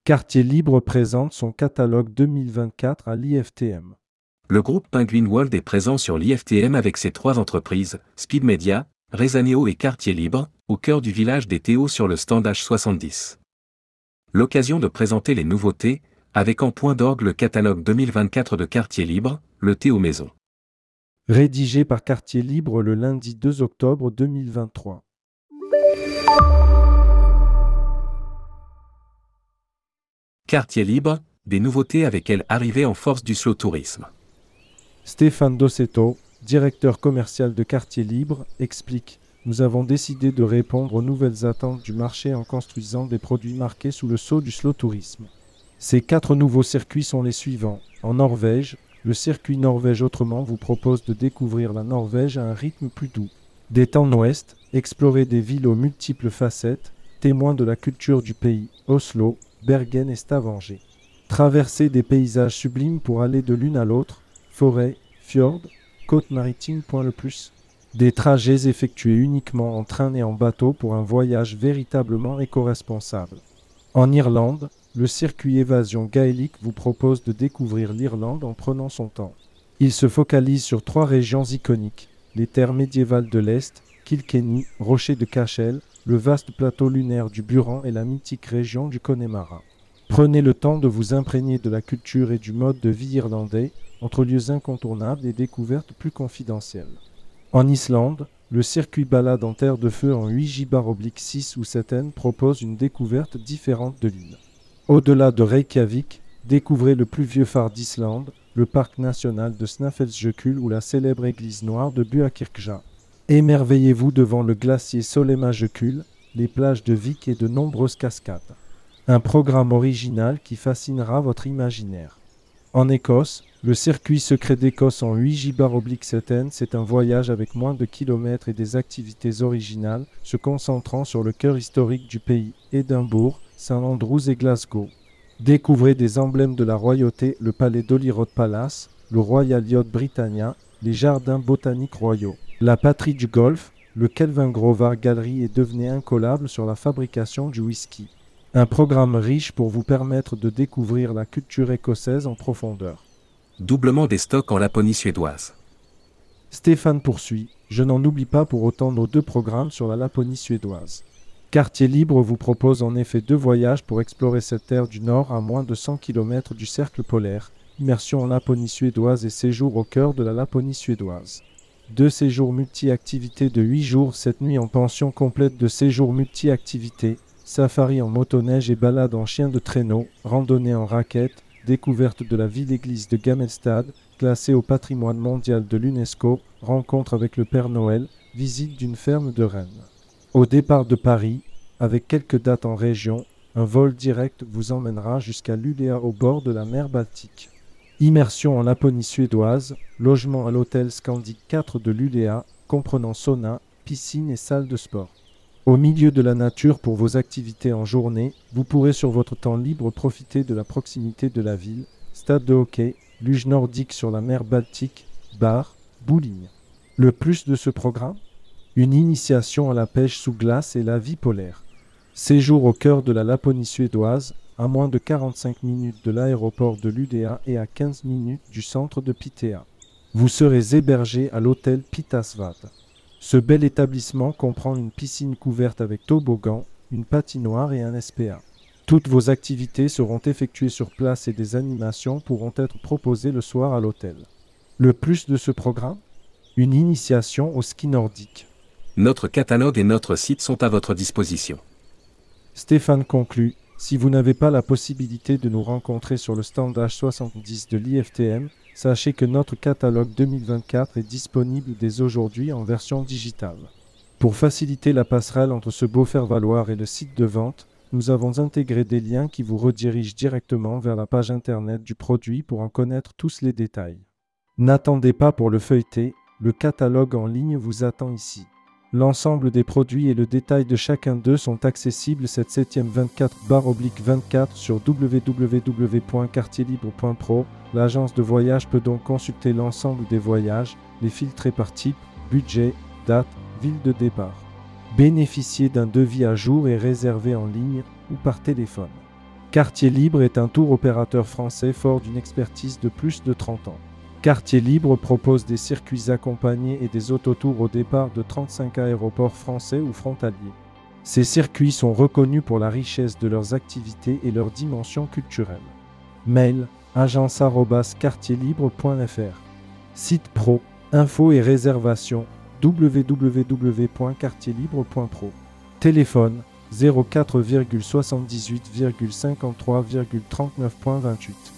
Quartier Libre présente son catalogue 2024 à l'IFTM. Le groupe Penguin World est présent sur l'IFTM avec ses 3 entreprises, Speed Media, Rezaneo et Quartier Libre, au cœur du village des Théos sur le stand H70. L'occasion de présenter les nouveautés, avec en point d'orgue le catalogue 2024 de Quartier Libre, le Théo Maison. Rédigé par Quartier Libre le lundi 2 octobre 2023. Quartier Libre, des nouveautés avec elle arrivée en force du slow tourisme. Stéphane Dossetto, directeur commercial de Quartier Libre, explique « Nous avons décidé de répondre aux nouvelles attentes du marché en construisant des produits marqués sous le sceau du slow tourisme. Ces 4 nouveaux circuits sont les suivants. En Norvège, le circuit Norvège Autrement vous propose de découvrir la Norvège à un rythme plus doux. Des temps ouest, explorer des villes aux multiples facettes, témoins de la culture du pays, Oslo, Bergen et Stavanger. Traverser des paysages sublimes pour aller de l'une à l'autre, forêt, fjord, côte maritime, point le plus. Des trajets effectués uniquement en train et en bateau pour un voyage véritablement éco-responsable. En Irlande, le circuit Évasion Gaélique vous propose de découvrir l'Irlande en prenant son temps. Il se focalise sur 3 régions iconiques, les terres médiévales de l'Est, Kilkenny, Rocher de Cashel, le vaste plateau lunaire du Buran et la mythique région du Connemara. Prenez le temps de vous imprégner de la culture et du mode de vie irlandais, entre lieux incontournables et découvertes plus confidentielles. En Islande, le circuit balade en terre de feu en 8J/6 ou 7N propose une découverte différente de l'île. Au-delà de Reykjavik, découvrez le plus vieux phare d'Islande, le parc national de Snæfellsjökull ou la célèbre église noire de Buakirkja. Émerveillez-vous devant le glacier Sólheimajökull, les plages de Vik et de nombreuses cascades. Un programme original qui fascinera votre imaginaire. En Écosse, le circuit secret d'Écosse en 8J/7N, c'est un voyage avec moins de kilomètres et des activités originales se concentrant sur le cœur historique du pays, Édimbourg, St Andrews et Glasgow. Découvrez des emblèmes de la royauté, le palais d'Holyrood Palace, le Royal Yacht Britannia, les jardins botaniques royaux. La patrie du golf, le Kelvingrove Art Gallery et devenez incollable sur la fabrication du whisky. Un programme riche pour vous permettre de découvrir la culture écossaise en profondeur. Doublement des stocks en Laponie suédoise. Stéphane poursuit, je n'en oublie pas pour autant nos 2 programmes sur la Laponie suédoise. Quartier Libre vous propose en effet 2 voyages pour explorer cette terre du Nord à moins de 100 km du cercle polaire, immersion en Laponie suédoise et séjour au cœur de la Laponie suédoise. 2 séjours multi-activités de 8 jours, 7 nuits en pension complète de séjours multi-activités, safari en motoneige et balade en chien de traîneau, randonnée en raquette, découverte de la ville-église de Gammelstad, classée au patrimoine mondial de l'UNESCO, rencontre avec le Père Noël, visite d'une ferme de rennes. Au départ de Paris, avec quelques dates en région, un vol direct vous emmènera jusqu'à Luleå au bord de la mer Baltique. Immersion en Laponie suédoise, logement à l'hôtel Scandic 4 de Luleå, comprenant sauna, piscine et salle de sport. Au milieu de la nature pour vos activités en journée, vous pourrez sur votre temps libre profiter de la proximité de la ville, stade de hockey, luge nordique sur la mer Baltique, bar, bowling. Le plus de ce programme ? Une initiation à la pêche sous glace et la vie polaire. Séjour au cœur de la Laponie suédoise, à moins de 45 minutes de l'aéroport de Luleå et à 15 minutes du centre de Piteå. Vous serez hébergé à l'hôtel Pitasvad. Ce bel établissement comprend une piscine couverte avec toboggan, une patinoire et un SPA. Toutes vos activités seront effectuées sur place et des animations pourront être proposées le soir à l'hôtel. Le plus de ce programme ? Une initiation au ski nordique. Notre catalogue et notre site sont à votre disposition. Stéphane conclut, si vous n'avez pas la possibilité de nous rencontrer sur le stand H70 de l'IFTM, sachez que notre catalogue 2024 est disponible dès aujourd'hui en version digitale. Pour faciliter la passerelle entre ce beau faire-valoir et le site de vente, nous avons intégré des liens qui vous redirigent directement vers la page internet du produit pour en connaître tous les détails. N'attendez pas pour le feuilleter, le catalogue en ligne vous attend ici. L'ensemble des produits et le détail de chacun d'eux sont accessibles cette 7e 24/24 sur www.quartierlibre.pro. L'agence de voyage peut donc consulter l'ensemble des voyages, les filtrer par type, budget, date, ville de départ. Bénéficiez d'un devis à jour et réservé en ligne ou par téléphone. Quartier Libre est un tour opérateur français fort d'une expertise de plus de 30 ans. Quartier Libre propose des circuits accompagnés et des autotours au départ de 35 aéroports français ou frontaliers. Ces circuits sont reconnus pour la richesse de leurs activités et leur dimension culturelle. Mail agence@quartierlibre.fr. Site pro, infos et réservations www.quartierlibre.pro. Téléphone 04,78,53,39.28.